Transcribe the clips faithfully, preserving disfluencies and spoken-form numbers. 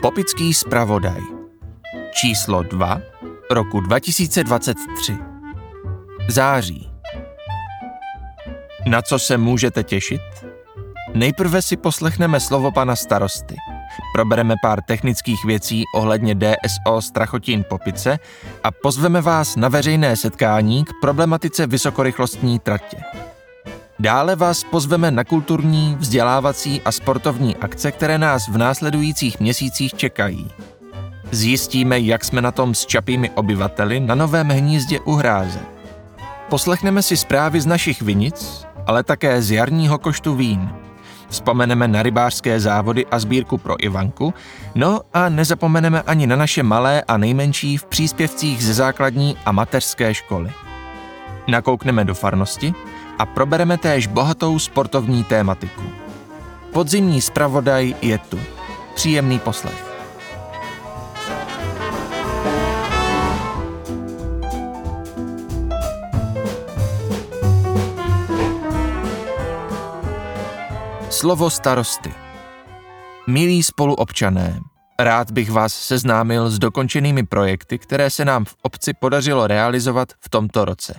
Popický zpravodaj. Číslo dva roku dva tisíce dvacet tři. Září. Na co se můžete těšit? Nejprve si poslechneme slovo pana starosty. Probereme pár technických věcí ohledně D S O Strachotín Popice a pozveme vás na veřejné setkání k problematice vysokorychlostní tratě. Dále vás pozveme na kulturní, vzdělávací a sportovní akce, které nás v následujících měsících čekají. Zjistíme, jak jsme na tom s čapími obyvateli na Novém Hnízdě u Hráze. Poslechneme si zprávy z našich vinic, ale také z jarního koštu vín. Vzpomeneme na rybářské závody a sbírku pro Ivanku, no a nezapomeneme ani na naše malé a nejmenší v příspěvcích ze základní a mateřské školy. Nakoukneme do farnosti a probereme též bohatou sportovní tématiku. Podzimní zpravodaj je tu. Příjemný poslech. Slovo starosty. Milí spoluobčané, rád bych vás seznámil s dokončenými projekty, které se nám v obci podařilo realizovat v tomto roce.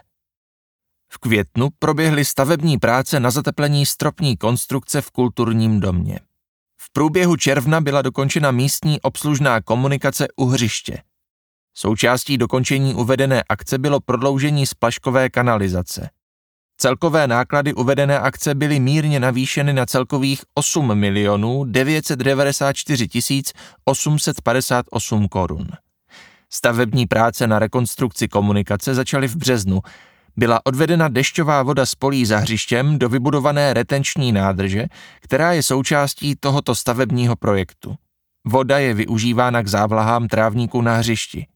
V květnu proběhly stavební práce na zateplení stropní konstrukce v kulturním domě. V průběhu června byla dokončena místní obslužná komunikace u hřiště. Součástí dokončení uvedené akce bylo prodloužení splaškové kanalizace. Celkové náklady uvedené akce byly mírně navýšeny na celkových osm milionů devět set devadesát čtyři tisíc osm set padesát osm korun. Stavební práce na rekonstrukci komunikace začaly v březnu. Byla odvedena dešťová voda z polí za hřištěm do vybudované retenční nádrže, která je součástí tohoto stavebního projektu. Voda je využívána k závlahám trávníků na hřišti.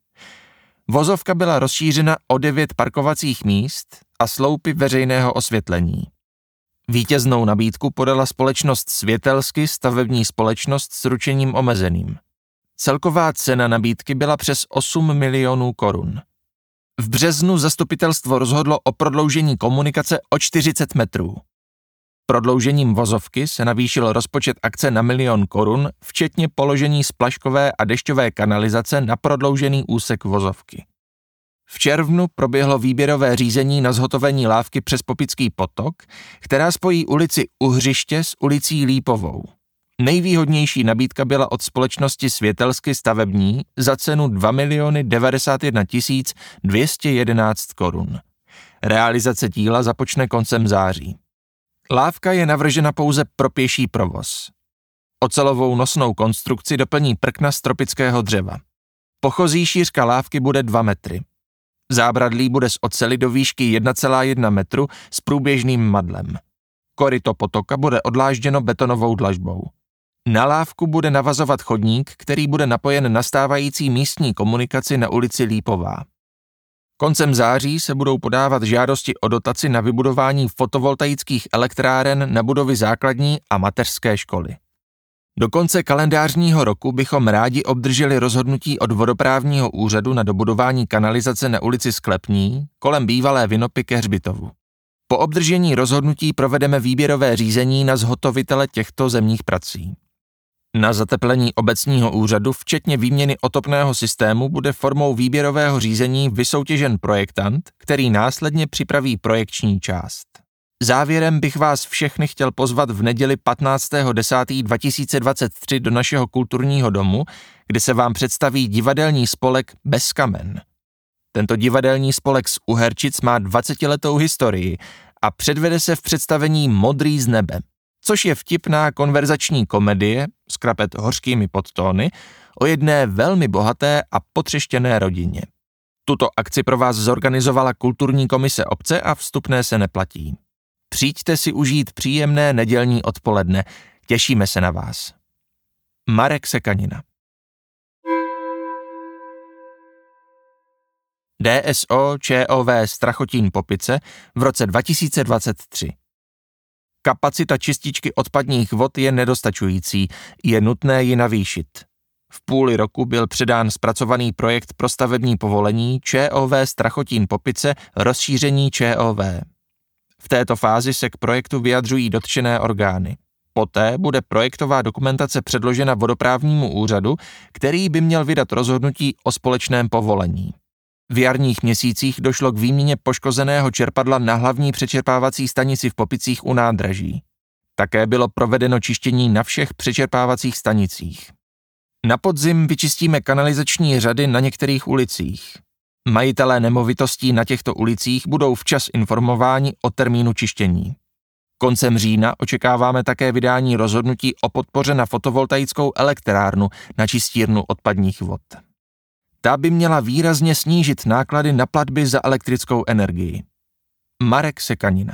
Vozovka byla rozšířena o devět parkovacích míst a sloupy veřejného osvětlení. Vítěznou nabídku podala společnost Světelsky, stavební společnost s ručením omezeným. Celková cena nabídky byla přes osm milionů korun. V březnu zastupitelstvo rozhodlo o prodloužení komunikace o čtyřicet metrů. Prodloužením vozovky se navýšil rozpočet akce na milion korun, včetně položení splaškové a dešťové kanalizace na prodloužený úsek vozovky. V červnu proběhlo výběrové řízení na zhotovení lávky přes Popický potok, která spojí ulici U hřiště s ulicí Lípovou. Nejvýhodnější nabídka byla od společnosti Světelsky stavební za cenu dva miliony devadesát jedna tisíc dvě stě jedenáct korun. Realizace díla započne koncem září. Lávka je navržena pouze pro pěší provoz. Ocelovou nosnou konstrukci doplní prkna z tropického dřeva. Pochozí šířka lávky bude dva metry. Zábradlí bude z oceli do výšky jedna celá jedna metru s průběžným madlem. Koryto potoka bude odlážděno betonovou dlažbou. Na lávku bude navazovat chodník, který bude napojen na stávající místní komunikaci na ulici Lípová. Koncem září se budou podávat žádosti o dotaci na vybudování fotovoltaických elektráren na budovy základní a mateřské školy. Do konce kalendářního roku bychom rádi obdrželi rozhodnutí od vodoprávního úřadu na dobudování kanalizace na ulici Sklepní kolem bývalé vinopy ke hřbitovu. Po obdržení rozhodnutí provedeme výběrové řízení na zhotovitele těchto zemních prací. Na zateplení obecního úřadu, včetně výměny otopného systému, bude formou výběrového řízení vysoutěžen projektant, který následně připraví projekční část. Závěrem bych vás všechny chtěl pozvat v neděli patnáctého desátého dva tisíce dvacet tři do našeho kulturního domu, kde se vám představí divadelní spolek Bez kamen. Tento divadelní spolek z Uherčic má dvacetiletou historii a předvede se v představení Modrý z nebe, což je vtipná konverzační komedie s krapet hořkými podtóny o jedné velmi bohaté a potřeštěné rodině. Tuto akci pro vás zorganizovala kulturní komise obce a vstupné se neplatí. Přijďte si užít příjemné nedělní odpoledne, těšíme se na vás. Marek Sekanina. D S O ČOV Strachotín Popice v roce dva tisíce dvacet tři. Kapacita čističky odpadních vod je nedostačující, je nutné ji navýšit. V půli roku byl předán zpracovaný projekt pro stavební povolení ČOV Strachotín Popice rozšíření ČOV. V této fázi se k projektu vyjadřují dotčené orgány. Poté bude projektová dokumentace předložena vodoprávnímu úřadu, který by měl vydat rozhodnutí o společném povolení. V jarních měsících došlo k výměně poškozeného čerpadla na hlavní přečerpávací stanici v Popicích u nádraží. Také bylo provedeno čištění na všech přečerpávacích stanicích. Na podzim vyčistíme kanalizační řady na některých ulicích. Majitelé nemovitostí na těchto ulicích budou včas informováni o termínu čištění. Koncem října očekáváme také vydání rozhodnutí o podpoře na fotovoltaickou elektrárnu na čistírnu odpadních vod. Ta by měla výrazně snížit náklady na platby za elektrickou energii. Marek Sekanina.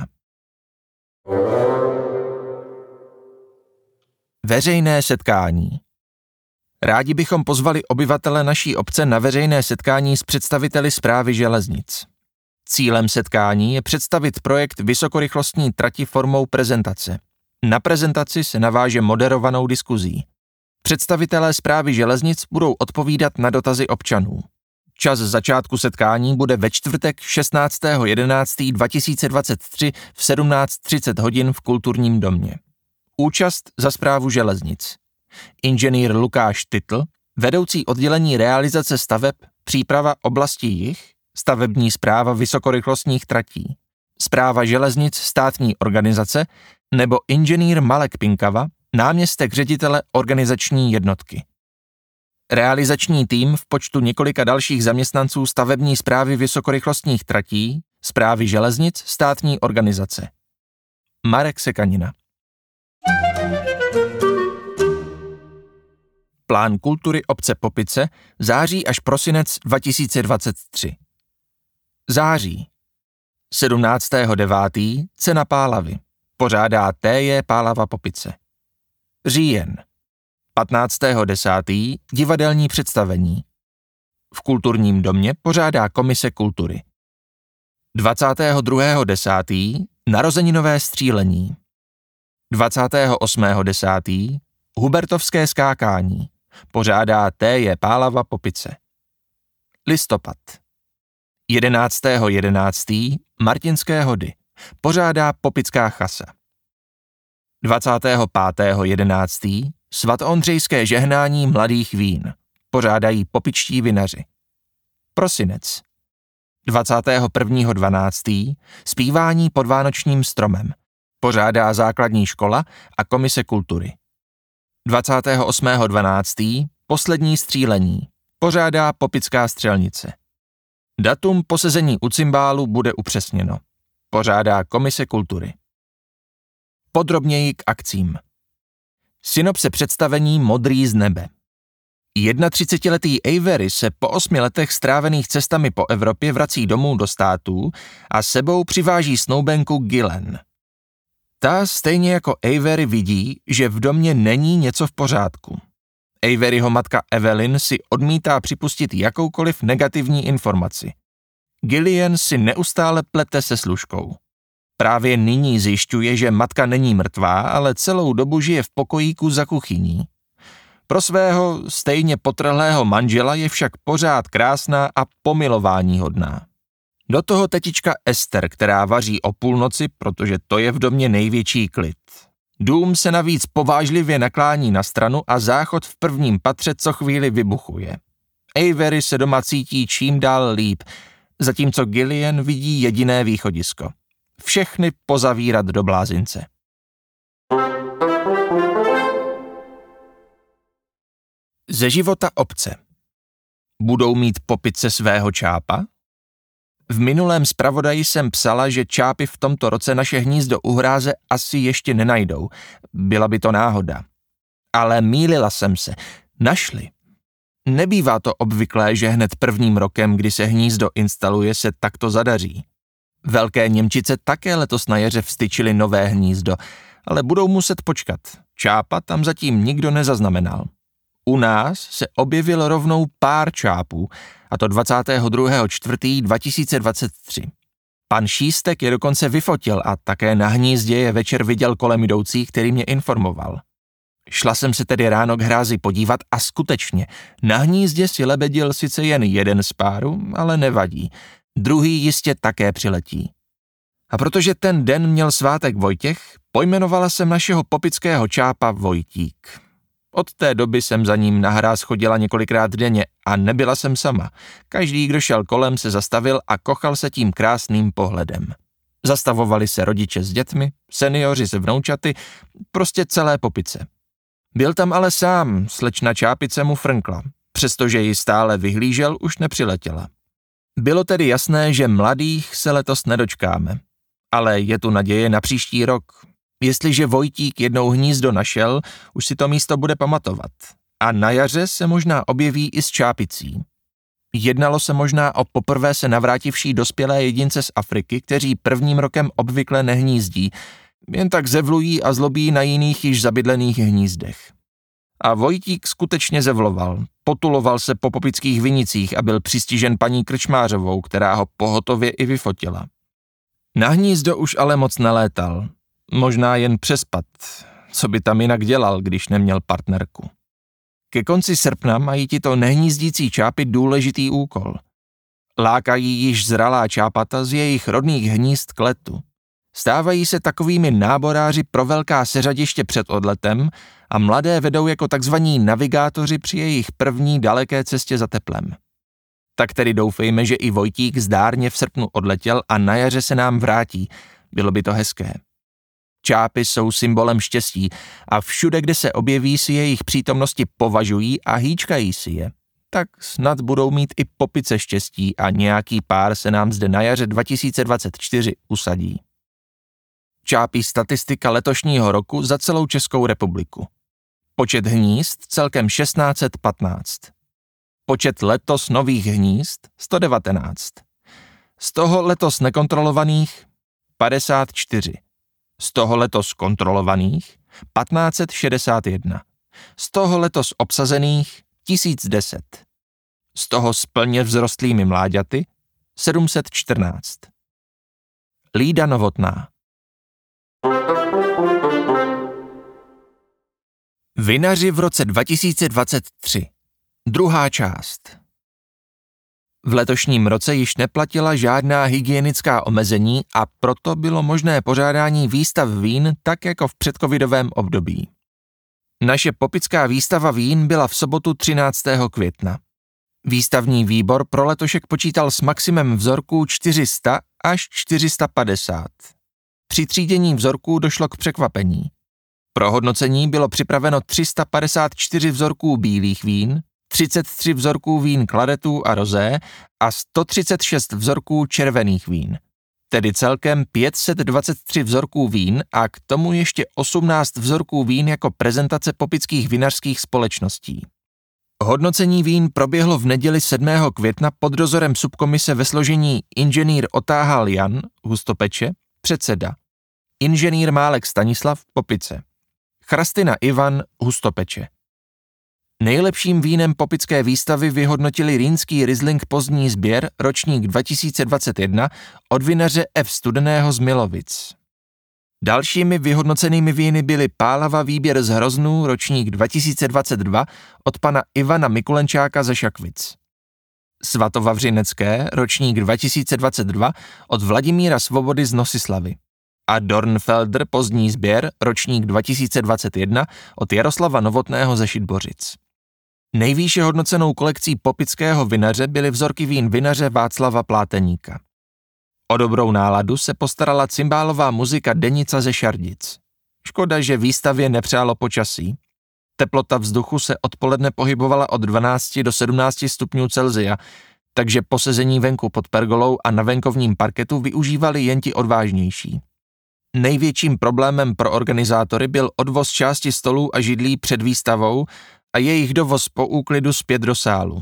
Veřejné setkání. Rádi bychom pozvali obyvatele naší obce na veřejné setkání s představiteli Správy železnic. Cílem setkání je představit projekt vysokorychlostní trati formou prezentace. Na prezentaci se naváže moderovanou diskuzí. Představitelé Správy železnic budou odpovídat na dotazy občanů. Čas začátku setkání bude ve čtvrtek šestnáctého jedenáctého dva tisíce dvacet tři v sedmnáct třicet hodin v Kulturním domě. Účast za Správu železnic. Inženýr Lukáš Titl, vedoucí oddělení realizace staveb, příprava oblasti jih, stavební správa vysokorychlostních tratí, Správa železnic státní organizace nebo inženýr Malek Pinkava, náměstek ředitele organizační jednotky. Realizační tým v počtu několika dalších zaměstnanců stavební správy vysokorychlostních tratí, Správy železnic státní organizace. Marek Sekanina. Plán kultury obce Popice září až prosinec dva tisíce dvacet tři. Září. sedmnáctého devátého Cena Pálavy. Pořádá T J Pálava Popice. Říjen. patnáctého desátého Divadelní představení. V Kulturním domě pořádá Komise kultury. dvacátého druhého desátého Narozeninové střílení. dvacátého osmého desátého Hubertovské skákání. Pořádá T J Pálava Popice. Listopad. jedenáctého jedenáctého Martinské hody. Pořádá Popická chasa. dvacátého pátého jedenáctého Svatoondřejské žehnání mladých vín. Pořádají popičtí vinaři. Prosinec. dvacátého prvního dvanáctého Zpívání pod vánočním stromem. Pořádá Základní škola a Komise kultury. dvacátého osmého dvanáctého Poslední střílení. Pořádá Popická střelnice. Datum posezení u cymbálu bude upřesněno. Pořádá Komise kultury. Podrobněji k akcím. Synopse představení Modrý z nebe. třicetiletý Avery se po osmi letech strávených cestami po Evropě vrací domů do států a sebou přiváží snoubenku Gillen. Ta stejně jako Avery vidí, že v domě není něco v pořádku. Averyho matka Evelyn si odmítá připustit jakoukoliv negativní informaci. Gillian si neustále plete se služkou. Právě nyní zjišťuje, že matka není mrtvá, ale celou dobu žije v pokojíku za kuchyní. Pro svého stejně potrhlého manžela je však pořád krásná a pomilováníhodná. Do toho tetička Ester, která vaří o půlnoci, protože to je v domě největší klid. Dům se navíc povážlivě naklání na stranu a záchod v prvním patře co chvíli vybuchuje. Avery se doma cítí čím dál líp, zatímco Gillian vidí jediné východisko. Všechny pozavírat do blázince. Ze života obce. Budou mít Popice svého čápa? V minulém zpravodaji jsem psala, že čápy v tomto roce naše hnízdo u hráze asi ještě nenajdou. Byla by to náhoda. Ale mýlila jsem se. Našli. Nebývá to obvyklé, že hned prvním rokem, kdy se hnízdo instaluje, se takto zadaří. Velké Němčice také letos na jaře vstyčily nové hnízdo, ale budou muset počkat. Čápa tam zatím nikdo nezaznamenal. U nás se objevil rovnou pár čápů, a to dvacátého druhého čtvrtého dva tisíce dvacet tři. Pan Šístek je dokonce vyfotil a také na hnízdě je večer viděl kolem jdoucí, který mě informoval. Šla jsem se tedy ráno k hrázi podívat a skutečně, na hnízdě si lebedil sice jen jeden z páru, ale nevadí. Druhý jistě také přiletí. A protože ten den měl svátek Vojtěch, pojmenovala jsem našeho popického čápa Vojtík. Od té doby jsem za ním na hráz chodila několikrát denně a nebyla jsem sama. Každý, kdo šel kolem, se zastavil a kochal se tím krásným pohledem. Zastavovali se rodiče s dětmi, seniori se vnoučaty, prostě celé Popice. Byl tam ale sám, slečna Čápice mu frnkla. Přestože ji stále vyhlížel, už nepřiletěla. Bylo tedy jasné, že mladých se letos nedočkáme. Ale je tu naděje na příští rok. Jestliže Vojtík jednou hnízdo našel, už si to místo bude pamatovat. A na jaře se možná objeví i s Čápicí. Jednalo se možná o poprvé se navrátivší dospělé jedince z Afriky, kteří prvním rokem obvykle nehnízdí, jen tak zevlují a zlobí na jiných již zabydlených hnízdech. A Vojtík skutečně zevloval, potuloval se po popických vinicích a byl přistižen paní krčmářovou, která ho pohotově i vyfotila. Na hnízdo už ale moc nelétal, možná jen přespat, co by tam jinak dělal, když neměl partnerku. Ke konci srpna mají tito nehnízdící čápy důležitý úkol. Lákají již zralá čápata z jejich rodných hnízd k letu. Stávají se takovými náboráři pro velká seřadiště před odletem a mladé vedou jako takzvaní navigátoři při jejich první daleké cestě za teplem. Tak tedy doufejme, že i Vojtík zdárně v srpnu odletěl a na jaře se nám vrátí. Bylo by to hezké. Čápy jsou symbolem štěstí a všude, kde se objeví, si jejich přítomnosti považují a hýčkají si je. Tak snad budou mít i Popice štěstí a nějaký pár se nám zde na jaře dva tisíce dvacet čtyři usadí. Čápí statistika letošního roku za celou Českou republiku. Počet hnízd celkem tisíc šest set patnáct. Počet letos nových hnízd sto devatenáct. Z toho letos nekontrolovaných padesát čtyři. Z toho letos kontrolovaných tisíc pět set šedesát jedna. Z toho letos obsazených tisíc deset. Z toho s plně vzrostlými mláďaty sedm set čtrnáct. Lída Novotná. Vinaři v roce dva tisíce dvacet tři. Druhá část. V letošním roce již neplatila žádná hygienická omezení a proto bylo možné pořádání výstav vín tak jako v předcovidovém období. Naše popická výstava vín byla v sobotu třináctého května. Výstavní výbor pro letošek počítal s maximem vzorků čtyři sta až čtyři sta padesát. Při třídění vzorků došlo k překvapení. Pro hodnocení bylo připraveno tři sta padesát čtyři vzorků bílých vín, třicet tři vzorků vín kladetů a rozé a sto třicet šest vzorků červených vín. Tedy celkem pět set dvacet tři vzorků vín a k tomu ještě osmnáct vzorků vín jako prezentace popických vinařských společností. Hodnocení vín proběhlo v neděli sedmého května pod dozorem subkomise ve složení inženýr Otáhal Jan, hustopeče, předseda, inženýr Málek Stanislav, Popice, Chrastina Ivan, hustopeče. Nejlepším vínem popické výstavy vyhodnotili rýnský Riesling pozdní sběr ročník dva tisíce dvacet jedna od vinaře F. Studeného z Milovic. Dalšími vyhodnocenými víny byly Pálava výběr z Hroznů ročník dva tisíce dvacet dva od pana Ivana Mikulenčáka ze Šakvic. Svatovavřinecké ročník dva tisíce dvacet dva od Vladimíra Svobody z Nosislavy. A Dornfelder pozdní sběr ročník dva tisíce dvacet jedna od Jaroslava Novotného ze Šitbořic. Nejvýše hodnocenou kolekcí popického vinaře byly vzorky vín vinaře Václava Pláteníka. O dobrou náladu se postarala cymbálová muzika Denica ze Šardic. Škoda, že výstavě nepřálo počasí. Teplota vzduchu se odpoledne pohybovala od dvanácti do sedmnácti stupňů Celsia, takže posezení venku pod pergolou a na venkovním parketu využívali jen ti odvážnější. Největším problémem pro organizátory byl odvoz části stolů a židlí před výstavou a jejich dovoz po úklidu zpět do sálu.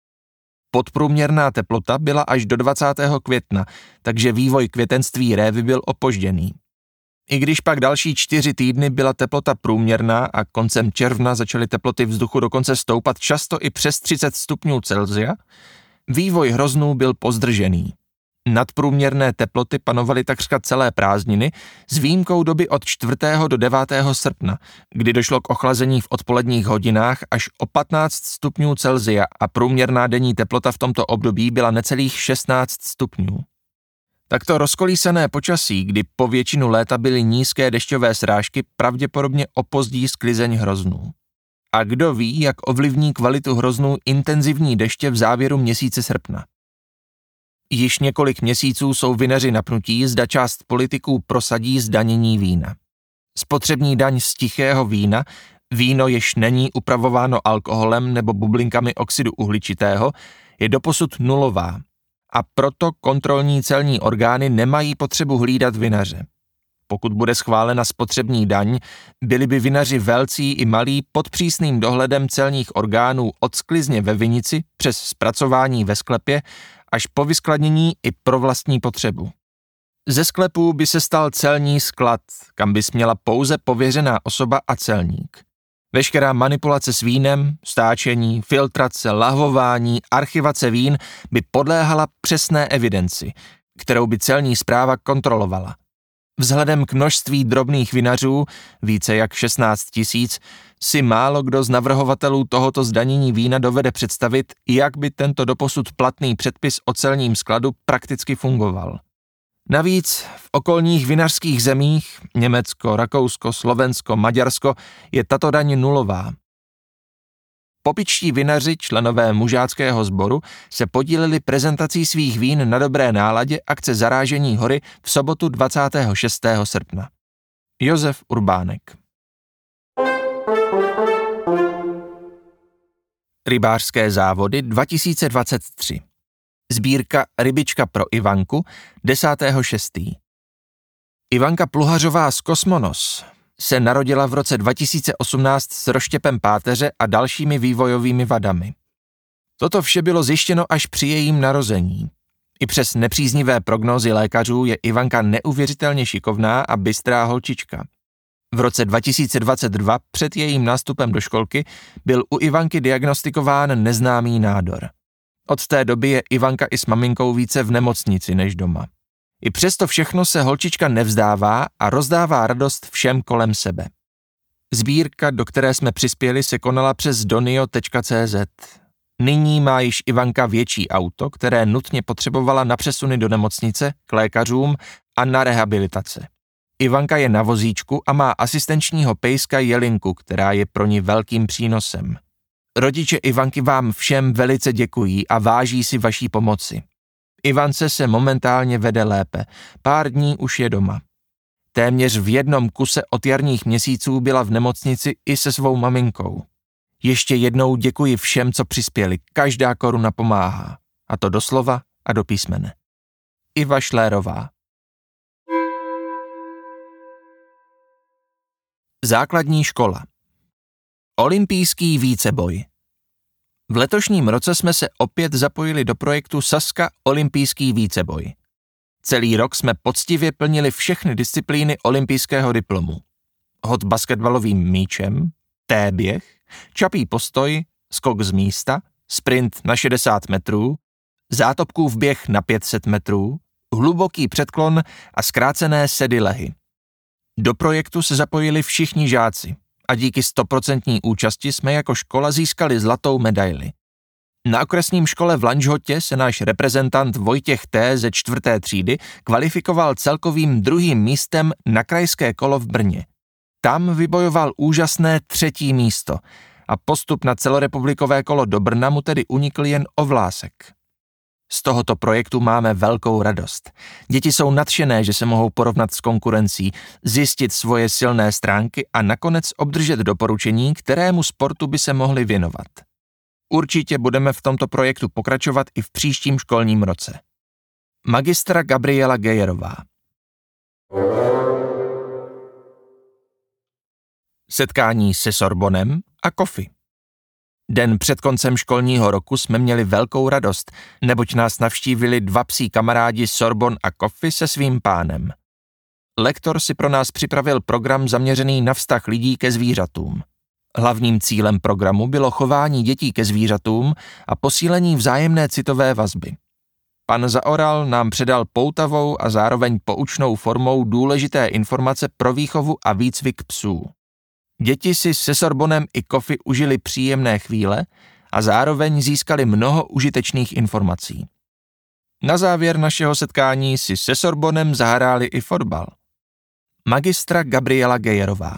Podprůměrná teplota byla až do dvacátého května, takže vývoj květenství révy byl opožděný. I když pak další čtyři týdny byla teplota průměrná a koncem června začaly teploty vzduchu dokonce stoupat často i přes třicet stupňů Celsia, vývoj hroznů byl pozdržený. Nadprůměrné teploty panovaly takřka celé prázdniny s výjimkou doby od čtvrtého do devátého srpna, kdy došlo k ochlazení v odpoledních hodinách až o patnáct stupňů Celsia a průměrná denní teplota v tomto období byla necelých šestnáct stupňů. Takto rozkolísané počasí, kdy po většinu léta byly nízké dešťové srážky, pravděpodobně opozdí sklizeň hroznů. A kdo ví, jak ovlivní kvalitu hroznů intenzivní deště v závěru měsíce srpna. Již několik měsíců jsou vinaři napnutí, zda část politiků prosadí zdanění vína. Spotřební daň z tichého vína, víno jež není upravováno alkoholem nebo bublinkami oxidu uhličitého, je doposud nulová. A proto kontrolní celní orgány nemají potřebu hlídat vinaře. Pokud bude schválena spotřební daň, byli by vinaři velcí i malí pod přísným dohledem celních orgánů od sklizně ve vinici přes zpracování ve sklepě až po vyskladnění i pro vlastní potřebu. Ze sklepů by se stal celní sklad, kam by směla pouze pověřená osoba a celník. Veškerá manipulace s vínem, stáčení, filtrace, lahvování, archivace vín by podléhala přesné evidenci, kterou by celní správa kontrolovala. Vzhledem k množství drobných vinařů, více jak šestnáct tisíc, si málo kdo z navrhovatelů tohoto zdanění vína dovede představit, jak by tento doposud platný předpis o celním skladu prakticky fungoval. Navíc v okolních vinařských zemích, Německo, Rakousko, Slovensko, Maďarsko, je tato daň nulová. Popičtí vinaři, členové mužáckého sboru, se podíleli prezentací svých vín na dobré náladě akce Zarážení hory v sobotu dvacátého šestého srpna. Josef Urbánek. Rybářské závody dva tisíce dvacet tři. Sbírka Rybička pro Ivanku desátého šestého Ivanka Pluhařová z Kosmonos se narodila v roce dva tisíce osmnáct s rozštěpem páteře a dalšími vývojovými vadami. Toto vše bylo zjištěno až při jejím narození. I přes nepříznivé prognózy lékařů je Ivanka neuvěřitelně šikovná a bystrá holčička. V roce dva tisíce dvacet dva před jejím nástupem do školky byl u Ivanky diagnostikován neznámý nádor. Od té doby je Ivanka i s maminkou více v nemocnici než doma. I přesto všechno se holčička nevzdává a rozdává radost všem kolem sebe. Sbírka, do které jsme přispěli, se konala přes donio tečka cé zet. Nyní má již Ivanka větší auto, které nutně potřebovala na přesuny do nemocnice, k lékařům a na rehabilitace. Ivanka je na vozíčku a má asistenčního pejska Jelinku, která je pro ní velkým přínosem. Rodiče Ivanky vám všem velice děkují a váží si vaší pomoci. Ivance se momentálně vede lépe, pár dní už je doma. Téměř v jednom kuse od jarních měsíců byla v nemocnici i se svou maminkou. Ještě jednou děkuji všem, co přispěli, každá koruna pomáhá. A to doslova a do písmene. Iva Šlérová. Základní škola. Olympijský víceboj. V letošním roce jsme se opět zapojili do projektu Saska Olympijský víceboj. Celý rok jsme poctivě plnili všechny disciplíny olympijského diplomu. Hod basketbalovým míčem, T-běh, čapý postoj, skok z místa, sprint na šedesát metrů, zátopkův běh na pět set metrů, hluboký předklon a zkrácené sedy lehy. Do projektu se zapojili všichni žáci a díky stoprocentní účasti jsme jako škola získali zlatou medaili. Na okresním škole v Lanžhotě se náš reprezentant Vojtěch T. ze čtvrté třídy kvalifikoval celkovým druhým místem na krajské kolo v Brně. Tam vybojoval úžasné třetí místo a postup na celorepublikové kolo do Brna mu tedy unikl jen o vlásek. Z tohoto projektu máme velkou radost. Děti jsou nadšené, že se mohou porovnat s konkurencí, zjistit svoje silné stránky a nakonec obdržet doporučení, kterému sportu by se mohli věnovat. Určitě budeme v tomto projektu pokračovat i v příštím školním roce. Magistra Gabriela Gejerová. Setkání se Sorbonem a Kofi. Den před koncem školního roku jsme měli velkou radost, neboť nás navštívili dva psí kamarádi Sorbon a Kofi se svým pánem. Lektor si pro nás připravil program zaměřený na vztah lidí ke zvířatům. Hlavním cílem programu bylo chování dětí ke zvířatům a posílení vzájemné citové vazby. Pan Zaoral nám předal poutavou a zároveň poučnou formou důležité informace pro výchovu a výcvik psů. Děti si se Sorbonem i Kofi užili příjemné chvíle a zároveň získali mnoho užitečných informací. Na závěr našeho setkání si se Sorbonem zahráli i fotbal. Magistra Gabriela Gejerová.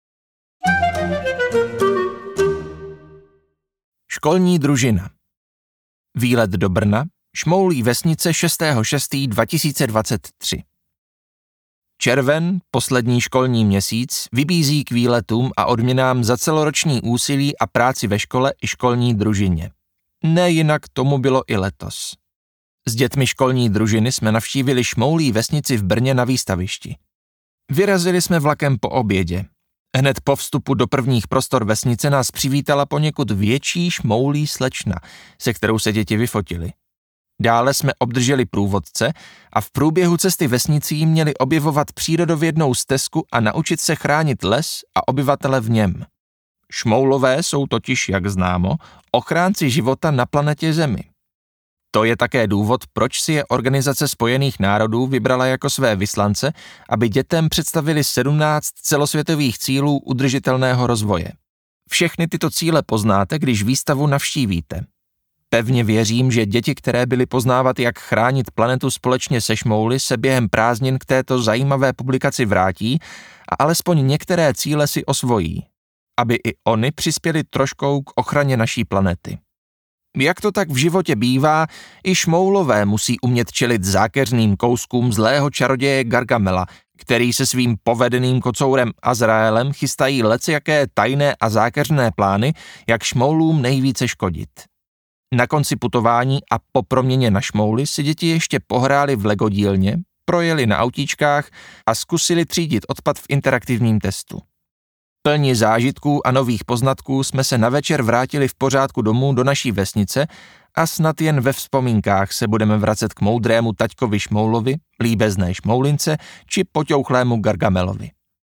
Školní družina. Výlet do Brna, Šmoulí vesnice šestého šestého dva tisíce dvacet tři. Červen, poslední školní měsíc, vybízí k výletům a odměnám za celoroční úsilí a práci ve škole i školní družině. Nejinak tomu bylo i letos. S dětmi školní družiny jsme navštívili Šmoulí vesnici v Brně na výstavišti. Vyrazili jsme vlakem po obědě. Hned po vstupu do prvních prostor vesnice nás přivítala poněkud větší šmoulí slečna, se kterou se děti vyfotili. Dále jsme obdrželi průvodce a v průběhu cesty vesnicí měli objevovat přírodovědnou stezku a naučit se chránit les a obyvatele v něm. Šmoulové jsou totiž, jak známo, ochránci života na planetě Zemi. To je také důvod, proč si je Organizace spojených národů vybrala jako své vyslance, aby dětem představili sedmnáct celosvětových cílů udržitelného rozvoje. Všechny tyto cíle poznáte, když výstavu navštívíte. Pevně věřím, že děti, které byly poznávat, jak chránit planetu společně se Šmouly, se během prázdnin k této zajímavé publikaci vrátí a alespoň některé cíle si osvojí, aby i oni přispěli troškou k ochraně naší planety. Jak to tak v životě bývá, i Šmoulové musí umět čelit zákeřným kouskům zlého čaroděje Gargamela, který se svým povedeným kocourem Azraelem chystají lecjaké tajné a zákeřné plány, jak Šmoulům nejvíce škodit. Na konci putování a po proměně na Šmouly si děti ještě pohráli v legodílně, projeli na autíčkách a zkusili třídit odpad v interaktivním testu. Plni zážitků a nových poznatků jsme se na večer vrátili v pořádku domů do naší vesnice a snad jen ve vzpomínkách se budeme vracet k moudrému taťkovi Šmoulovi, líbezné Šmoulince či poťouchlému Gargamelovi.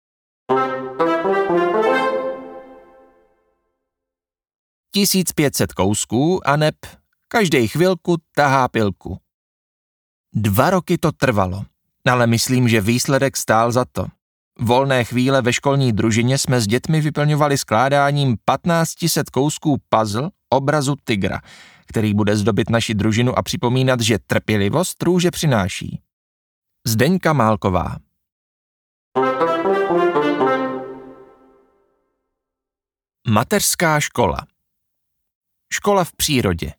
tisíc pět set kousků a neb každej chvilku tahá pilku. Dva roky to trvalo, ale myslím, že výsledek stál za to. Volné chvíle ve školní družině jsme s dětmi vyplňovali skládáním patnáct set kousků puzzle obrazu tygra, který bude zdobit naši družinu a připomínat, že trpělivost růže přináší. Zdeňka Málková. Mateřská škola. Škola v přírodě.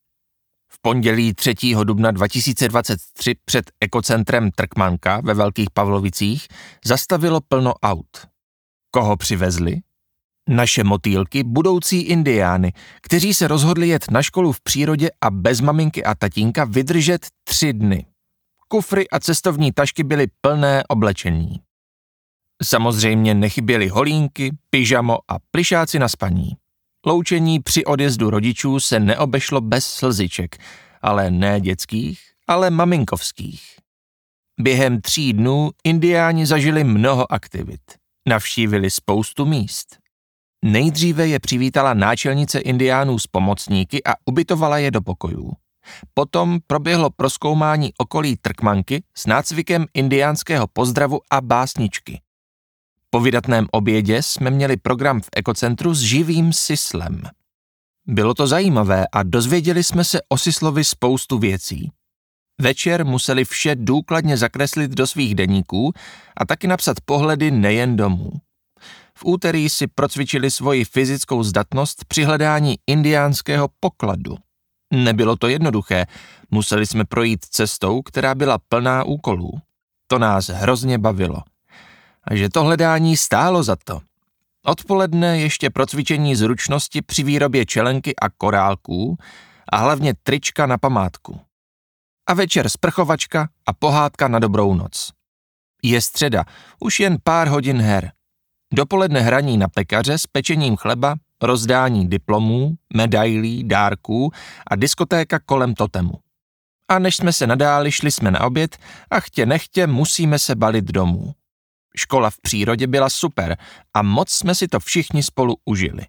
V pondělí třetího dubna dva tisíce dvacet tři před ekocentrem Trkmanka ve Velkých Pavlovicích zastavilo plno aut. Koho přivezli? Naše motýlky, budoucí indiány, kteří se rozhodli jet na školu v přírodě a bez maminky a tatínka vydržet tři dny. Kufry a cestovní tašky byly plné oblečení. Samozřejmě nechyběly holínky, pyžamo a plyšáci na spaní. Loučení při odjezdu rodičů se neobešlo bez slziček, ale ne dětských, ale maminkovských. Během tří dnů indiáni zažili mnoho aktivit. Navštívili spoustu míst. Nejdříve je přivítala náčelnice indiánů s pomocníky a ubytovala je do pokojů. Potom proběhlo prozkoumání okolí Trkmanky s nácvikem indiánského pozdravu a básničky. Po vydatném obědě jsme měli program v ekocentru s živým sislem. Bylo to zajímavé a dozvěděli jsme se o sislovi spoustu věcí. Večer museli vše důkladně zakreslit do svých deníků a taky napsat pohledy nejen domů. V úterý si procvičili svoji fyzickou zdatnost při hledání indiánského pokladu. Nebylo to jednoduché, museli jsme projít cestou, která byla plná úkolů. To nás hrozně bavilo. A že to hledání stálo za to. Odpoledne ještě procvičení zručnosti při výrobě čelenky a korálků a hlavně trička na památku. A večer sprchovačka a pohádka na dobrou noc. Je středa, už jen pár hodin her. Dopoledne hraní na pekaře s pečením chleba, rozdání diplomů, medailí, dárků a diskotéka kolem totemu. A než jsme se nadáli, šli jsme na oběd a chtě nechtě musíme se balit domů. Škola v přírodě byla super a moc jsme si to všichni spolu užili.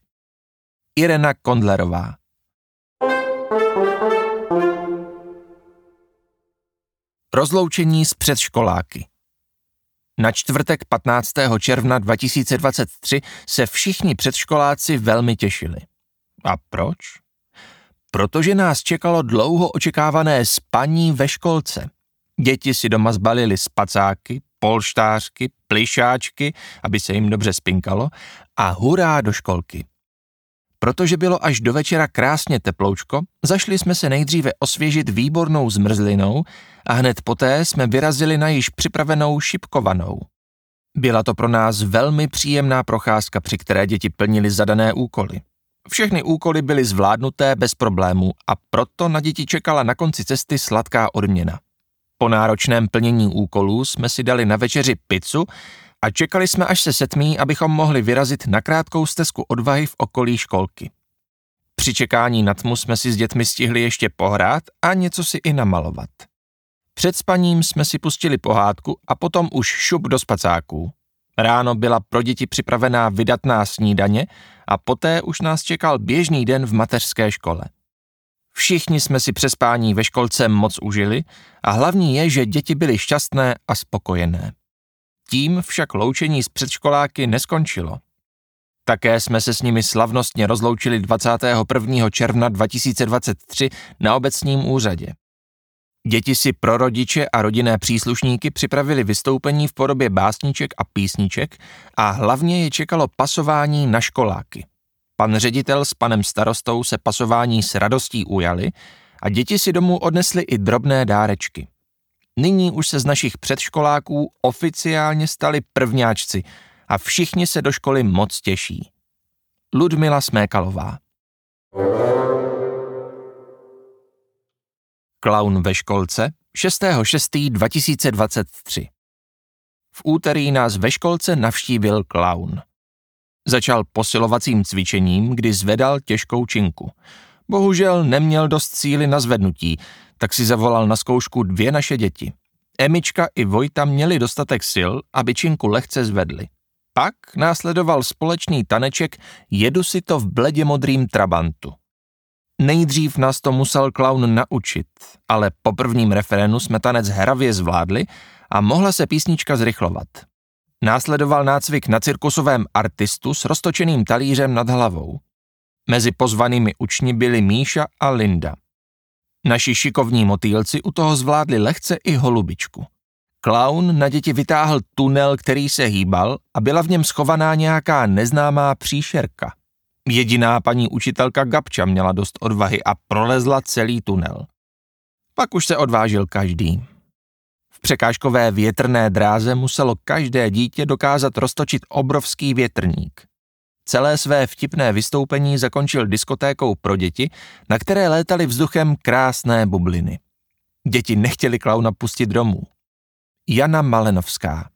Irena Kondlerová. Rozloučení s předškoláky. Na čtvrtek patnáctého června dva tisíce dvacet tři se všichni předškoláci velmi těšili. A proč? protože nás čekalo dlouho očekávané spaní ve školce. Děti si doma zbalili spacáky, polštářky, plyšáčky, aby se jim dobře spinkalo, a hurá do školky. Protože bylo až do večera krásně teploučko, zašli jsme se nejdříve osvěžit výbornou zmrzlinou a hned poté jsme vyrazili na již připravenou šipkovanou. Byla to pro nás velmi příjemná procházka, při které děti plnili zadané úkoly. Všechny úkoly byly zvládnuté bez problémů a proto na děti čekala na konci cesty sladká odměna. Po náročném plnění úkolů jsme si dali na večeři pizzu a čekali jsme, až se setmí, abychom mohli vyrazit na krátkou stezku odvahy v okolí školky. Při čekání na tmu jsme si s dětmi stihli ještě pohrát a něco si i namalovat. Před spaním jsme si pustili pohádku a potom už šup do spacáků. Ráno byla pro děti připravená vydatná snídaně a poté už nás čekal běžný den v mateřské škole. Všichni jsme si přespání ve školce moc užili a hlavní je, že děti byly šťastné a spokojené. Tím však loučení s předškoláky neskončilo. Také jsme se s nimi slavnostně rozloučili dvacátého prvního června dva tisíce dvacet tři na obecním úřadě. Děti si pro rodiče a rodinné příslušníky připravili vystoupení v podobě básníček a písniček a hlavně je čekalo pasování na školáky. Pan ředitel s panem starostou se pasování s radostí ujali a děti si domů odnesly i drobné dárečky. Nyní už se z našich předškoláků oficiálně stali prvňáčci a všichni se do školy moc těší. Ludmila Smékalová. Klaun ve školce šestého šestého dva tisíce dvacet tři. V úterý nás ve školce navštívil klaun. Začal posilovacím cvičením, kdy zvedal těžkou činku. Bohužel neměl dost síly na zvednutí, tak si zavolal na zkoušku dvě naše děti. Emička i Vojta měli dostatek sil, aby činku lehce zvedli. Pak následoval společný taneček Jedu si to v bledě modrým trabantu. Nejdřív nás to musel klaun naučit, ale po prvním refrénu jsme tanec hravě zvládli a mohla se písnička zrychlovat. Následoval nácvik na cirkusovém artistu s roztočeným talířem nad hlavou. Mezi pozvanými učni byli Míša a Linda. Naši šikovní motýlci u toho zvládli lehce i holubičku. Klaun na děti vytáhl tunel, který se hýbal a byla v něm schovaná nějaká neznámá příšerka. Jediná paní učitelka Gabča měla dost odvahy a prolezla celý tunel. Pak už se odvážil každý. V překážkové větrné dráze muselo každé dítě dokázat roztočit obrovský větrník. Celé své vtipné vystoupení zakončil diskotékou pro děti, na které létaly vzduchem krásné bubliny. Děti nechtěli klauna pustit domů. Jana Malenovská.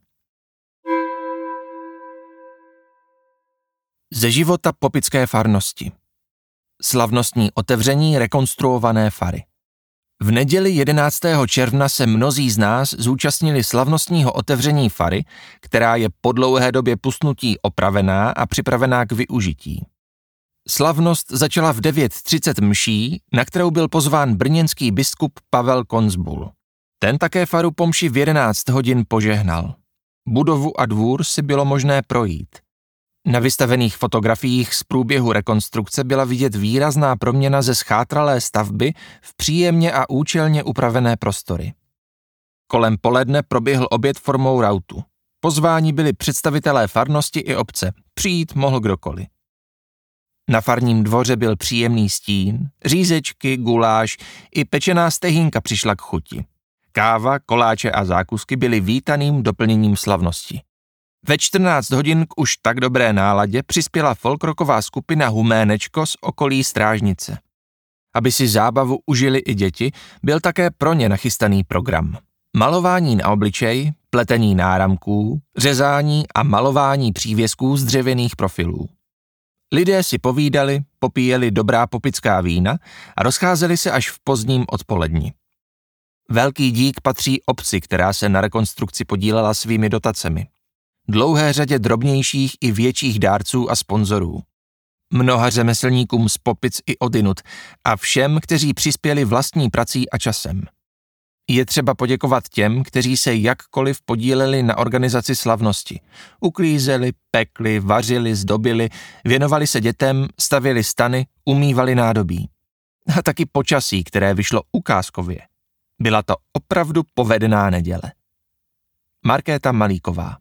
Ze života Popické farnosti. Slavnostní otevření rekonstruované fary. V neděli jedenáctého června se mnozí z nás zúčastnili slavnostního otevření fary, která je po dlouhé době pusnutí opravená a připravená k využití. Slavnost začala v devět třicet mší, na kterou byl pozván brněnský biskup Pavel Konzbul. Ten také faru po mši v jedenáct hodin požehnal. Budovu a dvůr si bylo možné projít. Na vystavených fotografiích z průběhu rekonstrukce byla vidět výrazná proměna ze schátralé stavby v příjemně a účelně upravené prostory. Kolem poledne proběhl oběd formou rautu. Pozváni byli představitelé farnosti i obce, přijít mohl kdokoliv. Na farním dvoře byl příjemný stín, řízečky, guláš i pečená stehínka přišla k chuti. Káva, koláče a zákusky byly vítaným doplněním slavnosti. Ve čtrnáct hodin k už tak dobré náladě přispěla folkroková skupina Huménečko z okolí Strážnice. Aby si zábavu užili i děti, byl také pro ně nachystaný program. Malování na obličej, pletení náramků, řezání a malování přívěsků z dřevěných profilů. Lidé si povídali, popíjeli dobrá popická vína a rozcházeli se až v pozdním odpoledni. Velký dík patří obci, která se na rekonstrukci podílela svými dotacemi. Dlouhé řadě drobnějších i větších dárců a sponzorů. Mnoha řemeslníkům z Popic i odinut a všem, kteří přispěli vlastní prací a časem. Je třeba poděkovat těm, kteří se jakkoliv podíleli na organizaci slavnosti. Uklízeli, pekli, vařili, zdobili, věnovali se dětem, stavěli stany, umývali nádobí. A taky počasí, které vyšlo ukázkově. Byla to opravdu povedená neděle. Markéta Malíková.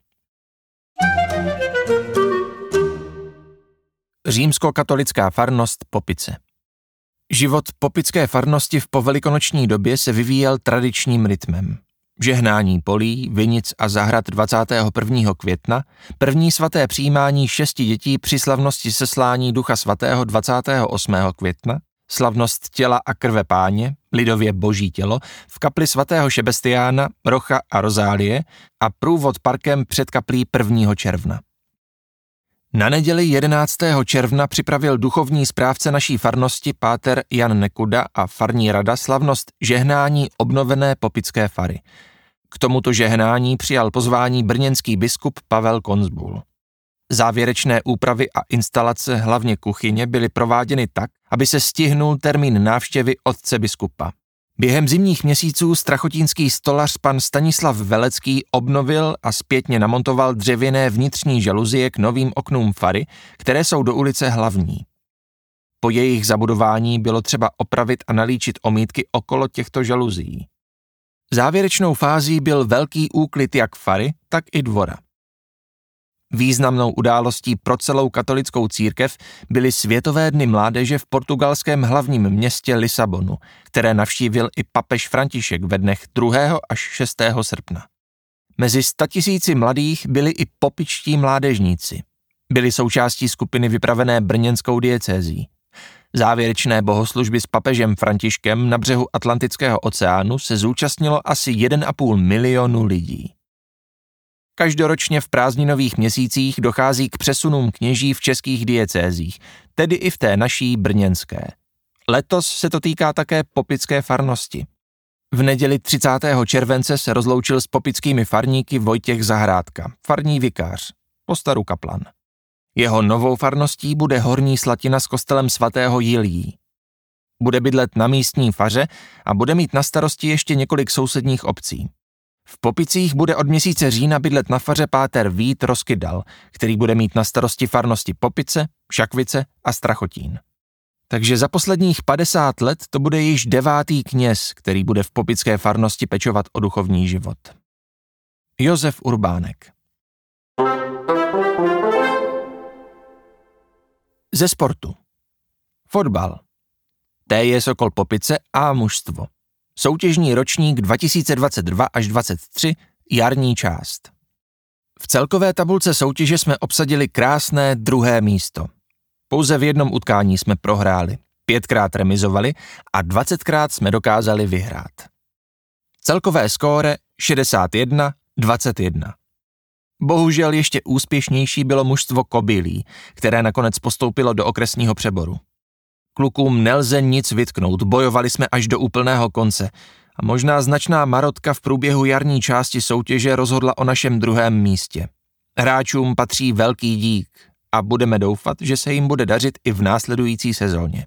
Římskokatolická farnost Popice. Život popické farnosti v povelikonoční době se vyvíjel tradičním rytmem. Žehnání polí, vinic a zahrad dvacátého prvního května, první svaté přijímání šesti dětí při slavnosti seslání Ducha svatého dvacátého osmého května, slavnost těla a krve Páně, lidově Boží tělo, v kapli svatého Šebestiána, Rocha a Rozálie a průvod parkem před kaplí prvního června. Na neděli jedenáctého června připravil duchovní správce naší farnosti páter Jan Nekuda a farní rada slavnost žehnání obnovené popické fary. K tomuto žehnání přijal pozvání brněnský biskup Pavel Konzbul. Závěrečné úpravy a instalace hlavně kuchyně byly prováděny tak, aby se stihnul termín návštěvy otce biskupa. Během zimních měsíců strachotínský stolař pan Stanislav Velecký obnovil a zpětně namontoval dřevěné vnitřní žaluzie k novým oknům fary, které jsou do ulice Hlavní. Po jejich zabudování bylo třeba opravit a nalíčit omítky okolo těchto žaluzií. Závěrečnou fází byl velký úklid jak fary, tak i dvora. Významnou událostí pro celou katolickou církev byly Světové dny mládeže v portugalském hlavním městě Lisabonu, které navštívil i papež František ve dnech druhého až šestého srpna. Mezi statisíci mladých byli i popičtí mládežníci. Byli součástí skupiny vypravené brněnskou diecézí. Závěrečné bohoslužby s papežem Františkem na břehu Atlantického oceánu se zúčastnilo asi jeden a půl milionu lidí. Každoročně v prázdninových měsících dochází k přesunům kněží v českých diecézích, tedy i v té naší brněnské. Letos se to týká také popické farnosti. V neděli třicátého července se rozloučil s popickými farníky Vojtěch Zahrádka, farní vikář, postaru kaplan. Jeho novou farností bude Horní Slatina s kostelem svatého Jiljí. Bude bydlet na místní faře a bude mít na starosti ještě několik sousedních obcí. V Popicích bude od měsíce října bydlet na faře páter Vít Roskydal, který bude mít na starosti farnosti Popice, Šakvice a Strachotín. Takže za posledních padesát let to bude již devátý kněz, který bude v popické farnosti pečovat o duchovní život. Josef Urbánek. Ze sportu. Fotbal. T J Sokol Popice A mužstvo. Soutěžní ročník dva tisíce dvacet dva až dvacet tři, jarní část. V celkové tabulce soutěže jsme obsadili krásné druhé místo. Pouze v jednom utkání jsme prohráli, pětkrát remizovali a dvacetkrát jsme dokázali vyhrát. Celkové skóre šedesát jedna dvacet jedna. Bohužel ještě úspěšnější bylo mužstvo Kobylí, které nakonec postoupilo do okresního přeboru. Klukům nelze nic vytknout, bojovali jsme až do úplného konce a možná značná marotka v průběhu jarní části soutěže rozhodla o našem druhém místě. Hráčům patří velký dík a budeme doufat, že se jim bude dařit i v následující sezóně.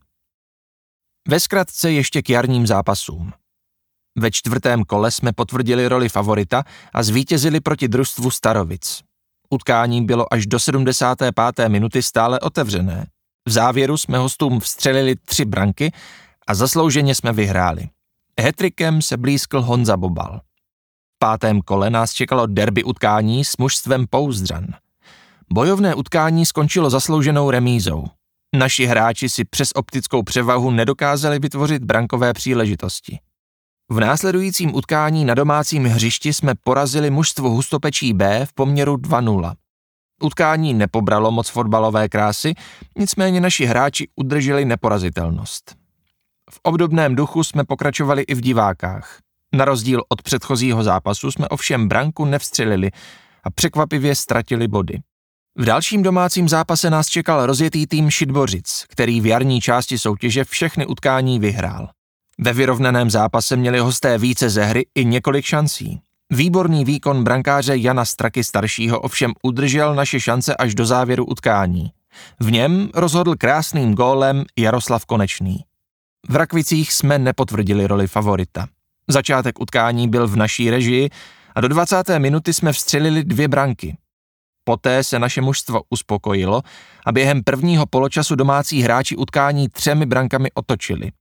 Ve zkratce ještě k jarním zápasům. Ve čtvrtém kole jsme potvrdili roli favorita a zvítězili proti družstvu Starovic. Utkání bylo až do sedmdesáté páté minuty stále otevřené. V závěru jsme hostům vstřelili tři branky a zaslouženě jsme vyhráli. Hattrickem se blízkl Honza Bobal. V pátém kole nás čekalo derby utkání s mužstvem Pouzdřan. Bojovné utkání skončilo zaslouženou remízou. Naši hráči si přes optickou převahu nedokázali vytvořit brankové příležitosti. V následujícím utkání na domácím hřišti jsme porazili mužstvo Hustopečí B v poměru dva nula. Utkání nepobralo moc fotbalové krásy, nicméně naši hráči udrželi neporazitelnost. V obdobném duchu jsme pokračovali i v divákách. Na rozdíl od předchozího zápasu jsme ovšem branku nevstřelili a překvapivě ztratili body. V dalším domácím zápase nás čekal rozjetý tým Šidbořic, který v jarní části soutěže všechny utkání vyhrál. Ve vyrovnaném zápase měli hosté více ze hry i několik šancí. Výborný výkon brankáře Jana Straky staršího ovšem udržel naše šance až do závěru utkání. V něm rozhodl krásným gólem Jaroslav Konečný. V Rakvicích jsme nepotvrdili roli favorita. Začátek utkání byl v naší režii a do dvacáté minuty jsme vstřelili dvě branky. Poté se naše mužstvo uspokojilo a během prvního poločasu domácí hráči utkání třemi brankami otočili.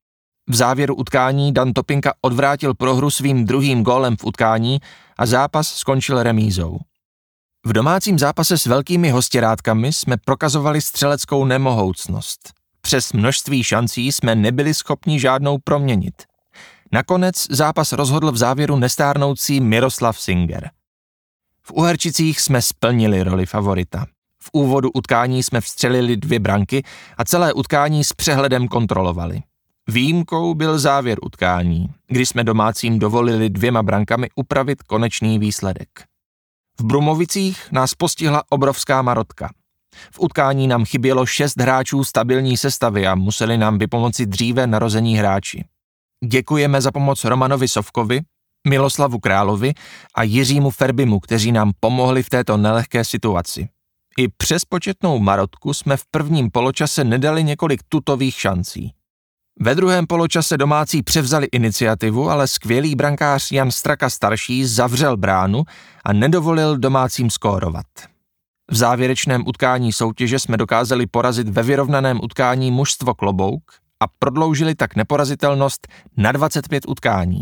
V závěru utkání Dan Topinka odvrátil prohru svým druhým gólem v utkání a zápas skončil remízou. V domácím zápase s velkými hostěrátkami jsme prokazovali střeleckou nemohoucnost. Přes množství šancí jsme nebyli schopni žádnou proměnit. Nakonec zápas rozhodl v závěru nestárnoucí Miroslav Singer. V Uherčicích jsme splnili roli favorita. V úvodu utkání jsme vstřelili dvě branky a celé utkání s přehledem kontrolovali. Výjimkou byl závěr utkání, kdy jsme domácím dovolili dvěma brankami upravit konečný výsledek. V Brumovicích nás postihla obrovská marotka. V utkání nám chybělo šest hráčů stabilní sestavy a museli nám vypomoci dříve narození hráči. Děkujeme za pomoc Romanovi Sovkovi, Miloslavu Královi a Jiřímu Ferbimu, kteří nám pomohli v této nelehké situaci. I přes početnou marotku jsme v prvním poločase nedali několik tutových šancí. Ve druhém poločase domácí převzali iniciativu, ale skvělý brankář Jan Straka starší zavřel bránu a nedovolil domácím skórovat. V závěrečném utkání soutěže jsme dokázali porazit ve vyrovnaném utkání mužstvo Klobouk a prodloužili tak neporazitelnost na dvacet pět utkání.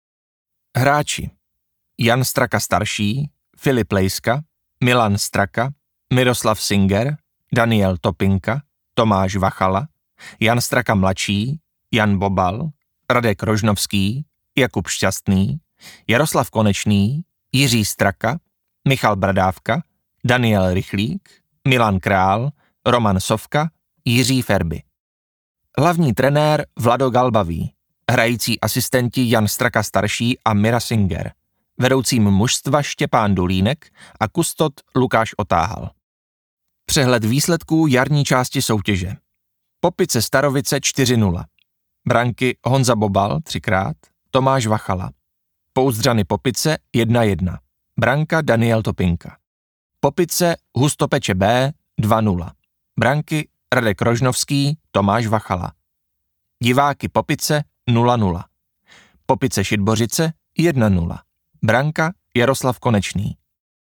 Hráči: Jan Straka starší, Filip Lejska, Milan Straka, Miroslav Singer, Daniel Topinka, Tomáš Vachala, Jan Straka mladší, Jan Bobal, Radek Rožnovský, Jakub Šťastný, Jaroslav Konečný, Jiří Straka, Michal Bradávka, Daniel Rychlík, Milan Král, Roman Sovka, Jiří Ferby. Hlavní trenér Vlado Galbavý, hrající asistenti Jan Straka starší a Mira Singer, vedoucím mužstva Štěpán Dulínek a kustot Lukáš Otáhal. Přehled výsledků jarní části soutěže. Popice Starovice čtyři nula. Branky Honza Bobal třikrát, Tomáš Vachala. Pouzdřany Popice jedna jedna. Branka Daniel Topinka. Popice Hustopeče B dva nula. Branky Radek Rožnovský, Tomáš Vachala. Diváky Popice nula nula. Popice Šitbořice jedna nula. Branka Jaroslav Konečný.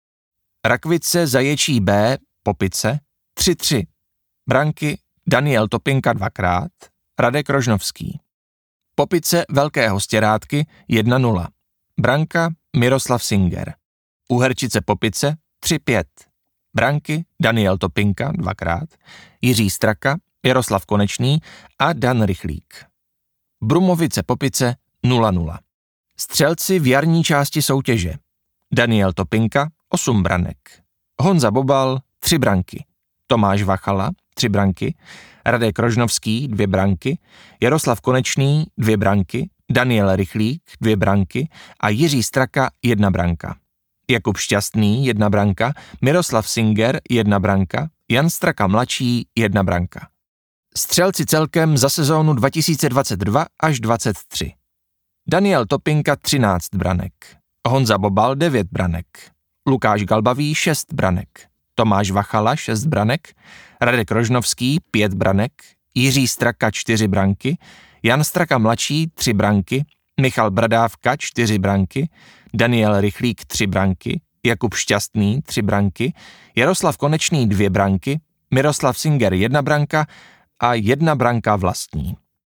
Rakvice Zaječí B Popice tři tři. Branky Daniel Topinka dvakrát, Radek Rožnovský. Popice Velké Hostěrátky jedna nula. Branka Miroslav Singer. Uherčice Popice tři pět. Branky Daniel Topinka dvakrát, Jiří Straka, Jaroslav Konečný a Dan Rychlík. Brumovice Popice nula nula. Střelci v jarní části soutěže. Daniel Topinka osm branek. Honza Bobal tři branky. Tomáš Vachala tři branky. Radek Rožnovský dvě branky. Jaroslav Konečný dvě branky. Daniel Rychlík dvě branky a Jiří Straka jedna branka. Jakub Šťastný jedna branka. Miroslav Singer jedna branka. Jan Straka mladší jedna branka. Střelci celkem za sezónu dva tisíce dvacet dva až dvacet tři. Daniel Topinka třináct branek. Honza Bobal devět branek. Lukáš Galbavý šest branek. Tomáš Vachala šest branek. Radek Rožnovský pět branek. Jiří Straka čtyři branky. Jan Straka mladší tři branky. Michal Bradávka čtyři branky. Daniel Rychlík tři branky. Jakub Šťastný tři branky. Jaroslav Konečný dvě branky. Miroslav Singer jedna branka a jedna branka vlastní.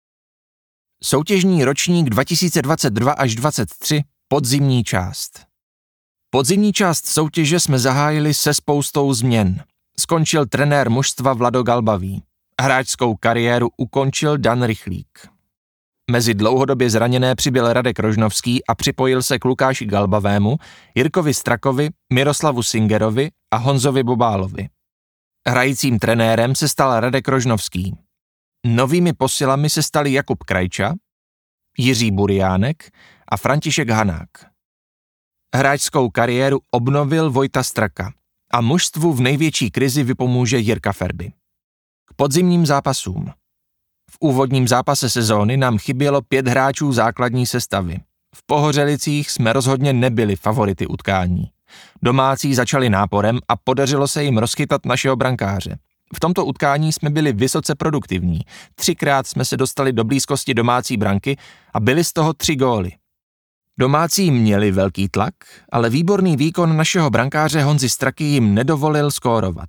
Soutěžní ročník dva tisíce dvacet dva až dvacet tři, podzimní část. Podzimní část soutěže jsme zahájili se spoustou změn. Skončil trenér mužstva Vlado Galbavý. Hráčskou kariéru ukončil Dan Rychlík. Mezi dlouhodobě zraněné přibyl Radek Rožnovský a připojil se k Lukáši Galbavému, Jirkovi Strakovi, Miroslavu Singerovi a Honzovi Bobálovi. Hrajícím trenérem se stal Radek Rožnovský. Novými posilami se stali Jakub Krajča, Jiří Buriánek a František Hanák. Hráčskou kariéru obnovil Vojta Straka a mužstvu v největší krizi vypomůže Jirka Ferby. K podzimním zápasům. V úvodním zápase sezóny nám chybělo pět hráčů základní sestavy. V Pohořelicích jsme rozhodně nebyli favority utkání. Domácí začali náporem a podařilo se jim rozchytat našeho brankáře. V tomto utkání jsme byli vysoce produktivní. Třikrát jsme se dostali do blízkosti domácí branky a byli z toho tři góly. Domácí měli velký tlak, ale výborný výkon našeho brankáře Honzy Straky jim nedovolil skórovat.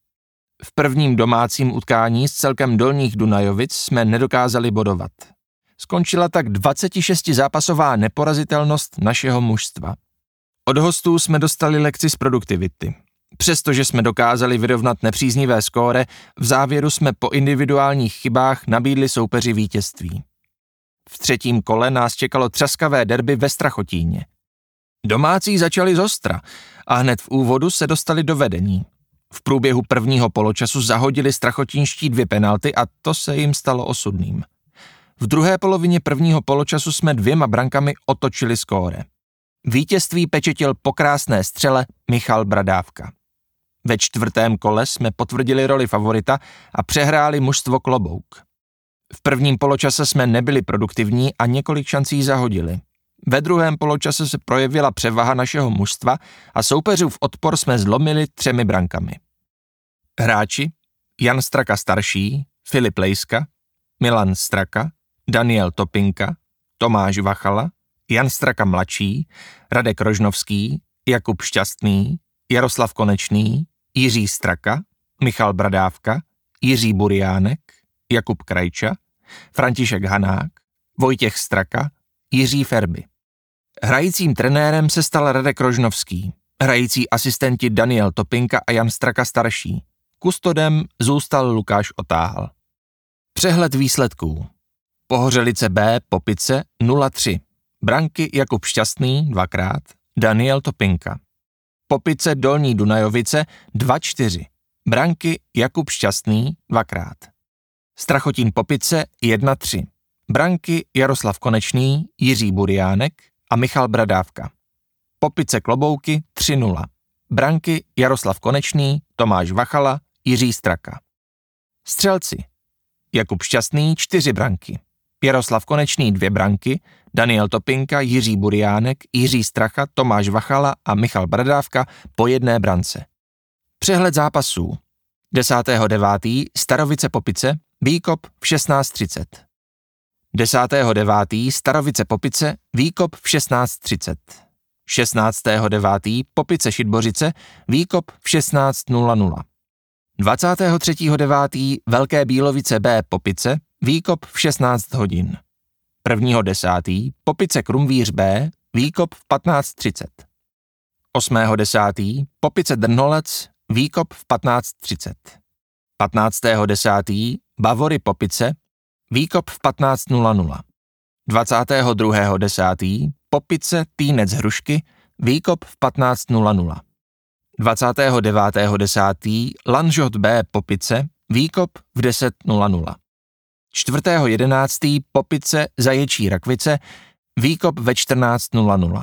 V prvním domácím utkání s celkem Dolních Dunajovic jsme nedokázali bodovat. Skončila tak dvacetišestizápasová neporazitelnost našeho mužstva. Od hostů jsme dostali lekci z produktivity. Přestože jsme dokázali vyrovnat nepříznivé skóre, v závěru jsme po individuálních chybách nabídli soupeři vítězství. V třetím kole nás čekalo třaskavé derby ve Strachotíně. Domácí začali zostra a hned v úvodu se dostali do vedení. V průběhu prvního poločasu zahodili strachotínští dvě penalty a to se jim stalo osudným. V druhé polovině prvního poločasu jsme dvěma brankami otočili skóre. Vítězství pečetil po krásné střele Michal Bradávka. Ve čtvrtém kole jsme potvrdili roli favorita a přehráli mužstvo Klobouk. V prvním poločase jsme nebyli produktivní a několik šancí zahodili. Ve druhém poločase se projevila převaha našeho mužstva a soupeřův odpor jsme zlomili třemi brankami. Hráči Jan Straka starší, Filip Lejska, Milan Straka, Daniel Topinka, Tomáš Vachala, Jan Straka mladší, Radek Rožnovský, Jakub Šťastný, Jaroslav Konečný, Jiří Straka, Michal Bradávka, Jiří Buriánek, Jakub Krajča, František Hanák, Vojtěch Straka, Jiří Ferby. Hrajícím trenérem se stal Radek Rožnovský, hrající asistenti Daniel Topinka a Jan Straka starší. Kustodem zůstal Lukáš Otáhal. Přehled výsledků. Pohořelice B, Popice nula tři. Branky Jakub Šťastný dvakrát, Daniel Topinka. Popice Dolní Dunajovice dva čtyři. Branky Jakub Šťastný dvakrát. Strachotín Popice jedna tři. Branky Jaroslav Konečný, Jiří Buriánek a Michal Bradávka. Popice Klobouky tři nula. Branky Jaroslav Konečný, Tomáš Vachala, Jiří Straka. Střelci Jakub Šťastný čtyři branky. Jaroslav Konečný dvě branky, Daniel Topinka, Jiří Buriánek, Jiří Stracha, Tomáš Vachala a Michal Bradávka po jedné brance. Přehled zápasů. desátého devátého Starovice Popice, výkop v šestnáct třicet. desátého devátého Starovice Popice, výkop v šestnáct třicet. šestnáctého devátého Popice Šitbořice, výkop v šestnáct nula nula. dvacátého třetího devátého Velké Bílovice B Popice, výkop v šestnáct hodin. prvního desátého Popice Krumvíř B, výkop v patnáct třicet. osmého desátého Popice Drnholec, výkop v patnáct třicet. patnáctého desátého Bavory Popice, výkop v patnáct nula nula. dvacátého druhého desátého Popice Týnec Hrušky, výkop v patnáct nula nula. dvacátého devátého desátého Lanžhot B Popice, výkop v deset nula nula. čtvrtého jedenáctého Popice Zaječí Rakvice, výkop ve čtrnáct nula nula.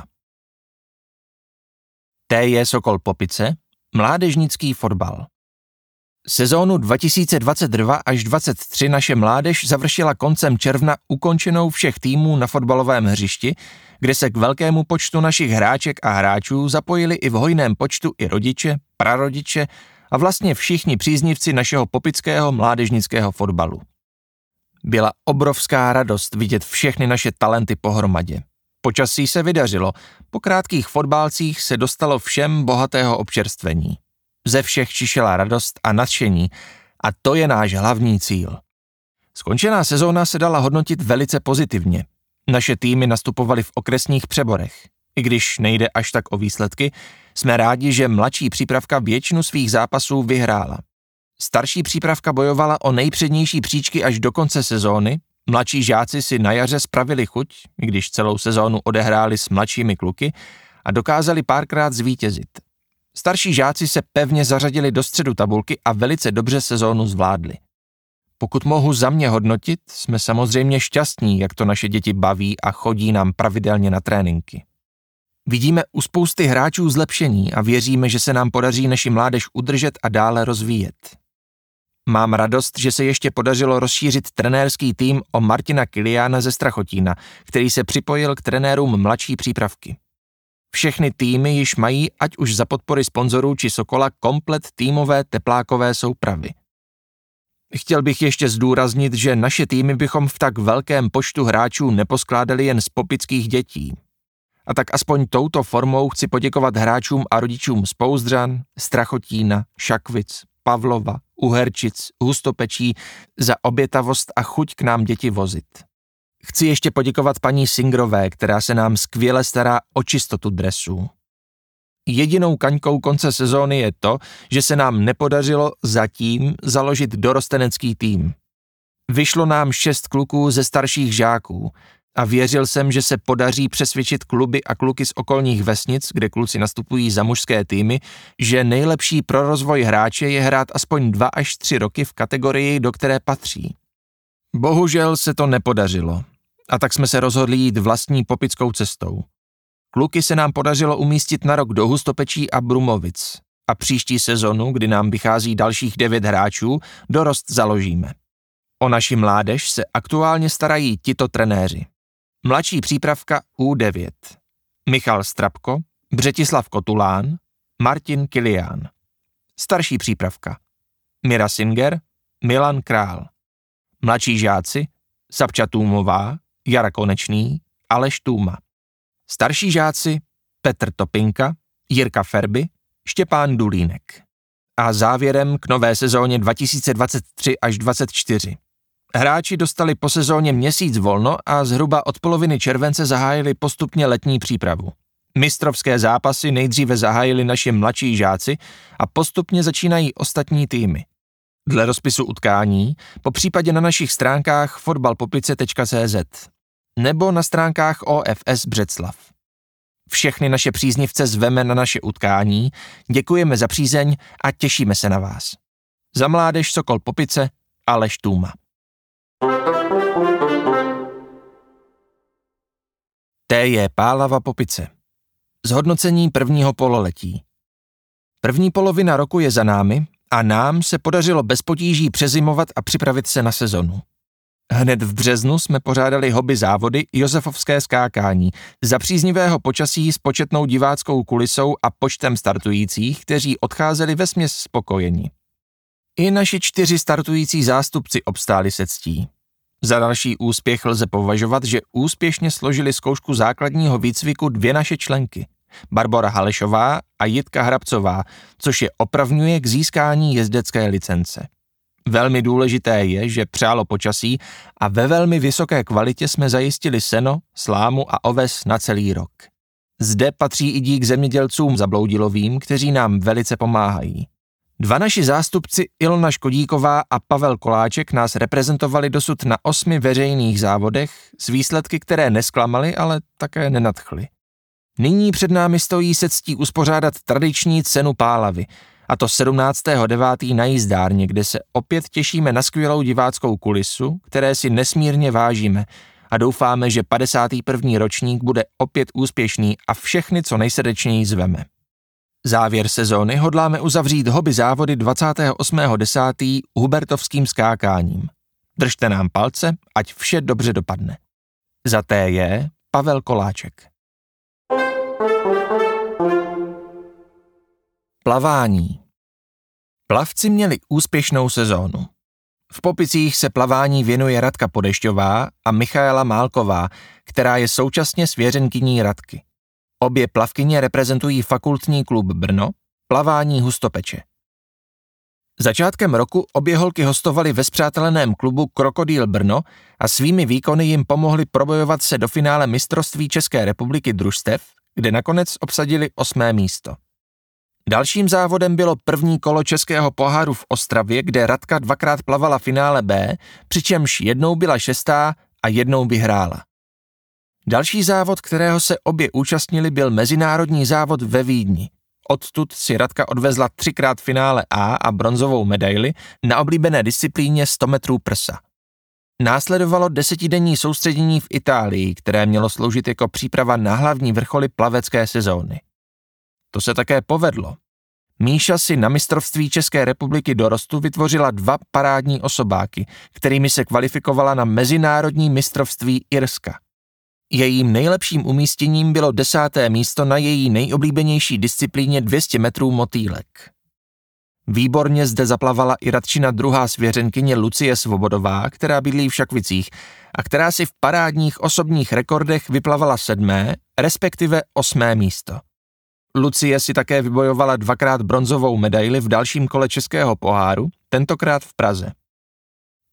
T J Sokol Popice, mládežnický fotbal. Sezónu dva tisíce dvacet dva až dvacet tři naše mládež završila koncem června ukončenou všech týmů na fotbalovém hřišti, kde se k velkému počtu našich hráček a hráčů zapojili i v hojném počtu i rodiče, prarodiče a vlastně všichni příznivci našeho popického mládežnického fotbalu. Byla obrovská radost vidět všechny naše talenty pohromadě. Počasí se vydařilo, po krátkých fotbálcích se dostalo všem bohatého občerstvení. Ze všech čišela radost a nadšení a to je náš hlavní cíl. Skončená sezóna se dala hodnotit velice pozitivně. Naše týmy nastupovaly v okresních přeborech. I když nejde až tak o výsledky, jsme rádi, že mladší přípravka většinu svých zápasů vyhrála. Starší přípravka bojovala o nejpřednější příčky až do konce sezóny, mladší žáci si na jaře spravili chuť, i když celou sezónu odehráli s mladšími kluky a dokázali párkrát zvítězit. Starší žáci se pevně zařadili do středu tabulky a velice dobře sezónu zvládli. Pokud mohu za mě hodnotit, jsme samozřejmě šťastní, jak to naše děti baví a chodí nám pravidelně na tréninky. Vidíme u spousty hráčů zlepšení a věříme, že se nám podaří naši mládež udržet a dále rozvíjet. Mám radost, že se ještě podařilo rozšířit trenérský tým o Martina Kiliána ze Strachotína, který se připojil k trenérům mladší přípravky. Všechny týmy již mají, ať už za podpory sponzorů či Sokola, komplet týmové teplákové soupravy. Chtěl bych ještě zdůraznit, že naše týmy bychom v tak velkém počtu hráčů neposkládali jen z popických dětí. A tak aspoň touto formou chci poděkovat hráčům a rodičům z Pouzdřan, Strachotína, Šakvic, Pavlova, Uherčic, Hustopečí za obětavost a chuť k nám děti vozit. Chci ještě poděkovat paní Singrové, která se nám skvěle stará o čistotu dresů. Jedinou kaňkou konce sezóny je to, že se nám nepodařilo zatím založit dorostenecký tým. Vyšlo nám šest kluků ze starších žáků a věřil jsem, že se podaří přesvědčit kluby a kluky z okolních vesnic, kde kluci nastupují za mužské týmy, že nejlepší pro rozvoj hráče je hrát aspoň dva až tři roky v kategorii, do které patří. Bohužel se to nepodařilo a tak jsme se rozhodli jít vlastní popickou cestou. Kluky se nám podařilo umístit na rok do Hustopečí a Brumovic a příští sezonu, kdy nám vychází dalších devět hráčů, dorost založíme. O naši mládež se aktuálně starají tito trenéři. Mladší přípravka U devět. Michal Strapko, Břetislav Kotulán, Martin Kilián. Starší přípravka. Mira Singer, Milan Král. Mladší žáci Sapča Tůmová, Jara Konečný, Aleš Tůma. Starší žáci Petr Topinka, Jirka Ferby, Štěpán Dulínek. A závěrem k nové sezóně dva tisíce dvacet tři až dvacet čtyři. Hráči dostali po sezóně měsíc volno a zhruba od poloviny července zahájili postupně letní přípravu. Mistrovské zápasy nejdříve zahájili naši mladší žáci a postupně začínají ostatní týmy. Dle rozpisu utkání, po případě na našich stránkách fotbalpopice tečka cé zet nebo na stránkách O F S Břeclav. Všechny naše příznivce zveme na naše utkání, děkujeme za přízeň a těšíme se na vás. Za mládež Sokol Popice, Aleš Tůma. T J Pálava Popice. Zhodnocení prvního pololetí. První polovina roku je za námi a nám se podařilo bez potíží přezimovat a připravit se na sezonu. Hned v březnu jsme pořádali hobby závody Josefovské skákání za příznivého počasí s početnou diváckou kulisou a počtem startujících, kteří odcházeli vesměs spokojeni. I naši čtyři startující zástupci obstáli se ctí. Za další úspěch lze považovat, že úspěšně složili zkoušku základního výcviku dvě naše členky, Barbora Halešová a Jitka Hrabcová, což je opravňuje k získání jezdecké licence. Velmi důležité je, že přálo počasí a ve velmi vysoké kvalitě jsme zajistili seno, slámu a oves na celý rok. Zde patří i dík zemědělcům Zabloudilovým, kteří nám velice pomáhají. Dva naši zástupci Ilona Škodíková a Pavel Koláček nás reprezentovali dosud na osmi veřejných závodech s výsledky, které nesklamaly, ale také nenadchly. Nyní před námi stojí se ctí uspořádat tradiční cenu Pálavy, a to sedmnáctého devátého na Jízdárně, kde se opět těšíme na skvělou diváckou kulisu, které si nesmírně vážíme a doufáme, že padesátý první ročník bude opět úspěšný a všechny co nejsrdečněji zveme. Závěr sezóny hodláme uzavřít hobby závody dvacátého osmého desátého hubertovským skákáním. Držte nám palce, ať vše dobře dopadne. Za T J Pavel Koláček. Plavání. Plavci měli úspěšnou sezónu. V Popicích se plavání věnuje Radka Podešťová a Michaela Málková, která je současně svěřenkyní Radky. Obě plavkyně reprezentují fakultní klub Brno, plavání Hustopeče. Začátkem roku obě holky hostovaly ve spřáteleném klubu Krokodýl Brno a svými výkony jim pomohly probojovat se do finále mistrovství České republiky družstev, kde nakonec obsadili osmé místo. Dalším závodem bylo první kolo Českého poháru v Ostravě, kde Radka dvakrát plavala finále B, přičemž jednou byla šestá a jednou vyhrála. Další závod, kterého se obě účastnili, byl mezinárodní závod ve Vídni. Odtud si Radka odvezla třikrát finále A a bronzovou medaili na oblíbené disciplíně sto metrů prsa. Následovalo desetidenní soustředění v Itálii, které mělo sloužit jako příprava na hlavní vrcholy plavecké sezóny. To se také povedlo. Míša si na mistrovství České republiky dorostu vytvořila dva parádní osobáky, kterými se kvalifikovala na mezinárodní mistrovství Irska. Jejím nejlepším umístěním bylo desáté místo na její nejoblíbenější disciplíně dvě stě metrů motýlek. Výborně zde zaplavala i Radčina druhá svěřenkyně Lucie Svobodová, která bydlí v Šakvicích a která si v parádních osobních rekordech vyplavala sedmé, respektive osmé místo. Lucie si také vybojovala dvakrát bronzovou medaili v dalším kole Českého poháru, tentokrát v Praze.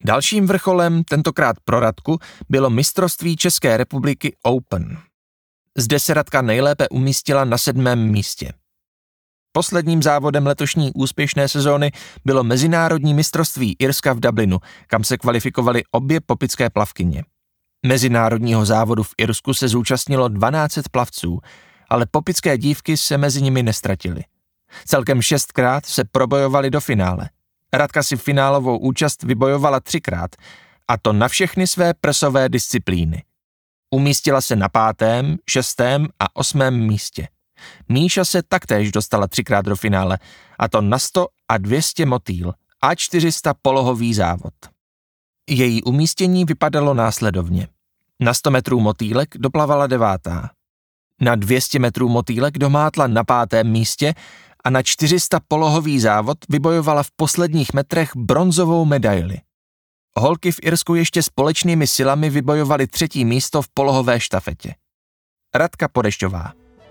Dalším vrcholem, tentokrát pro Radku, bylo mistrovství České republiky Open. Zde se Radka nejlépe umístila na sedmém místě. Posledním závodem letošní úspěšné sezóny bylo mezinárodní mistrovství Irska v Dublinu, kam se kvalifikovaly obě popické plavkyně. Mezinárodního závodu v Irsku se zúčastnilo dvanáct set plavců, ale popické dívky se mezi nimi nestratily. Celkem šestkrát se probojovali do finále. Radka si finálovou účast vybojovala třikrát, a to na všechny své prsové disciplíny. Umístila se na pátém, šestém a osmém místě. Míša se taktéž dostala třikrát do finále, a to na sto a dvě stě motýl a čtyři sta polohový závod. Její umístění vypadalo následovně. Na sto metrů motýlek doplavala devátá. Na dvě stě metrů motýlek domátla na pátém místě a na čtyři sta polohový závod vybojovala v posledních metrech bronzovou medaili. Holky v Irsku ještě společnými silami vybojovaly třetí místo v polohové štafetě. Radka Podešťová.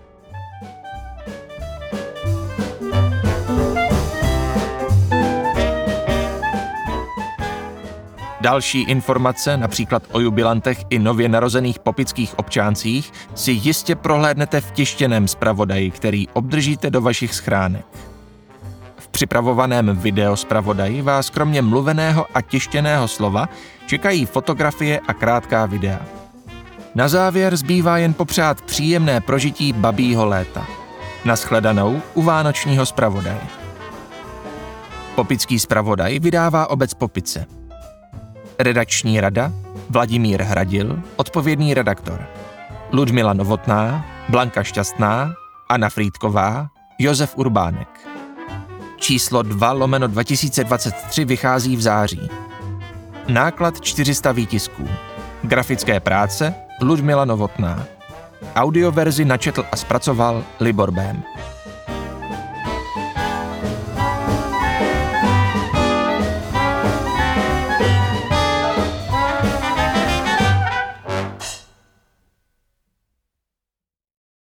Další informace, například o jubilantech i nově narozených popických občáncích, si jistě prohlédnete v tištěném zpravodaji, který obdržíte do vašich schránek. V připravovaném videozpravodaji vás kromě mluveného a tištěného slova čekají fotografie a krátká videa. Na závěr zbývá jen popřát příjemné prožití babího léta. Nashledanou u vánočního zpravodaje. Popický zpravodaj vydává obec Popice. Redakční rada Vladimír Hradil, odpovědný redaktor. Ludmila Novotná, Blanka Šťastná, Anna Frýdková, Josef Urbánek. Číslo dva lomeno dva tisíce dvacet tři vychází v září. Náklad čtyři sta výtisků. Grafické práce Ludmila Novotná. Audioverzi načetl a zpracoval Libor Bém.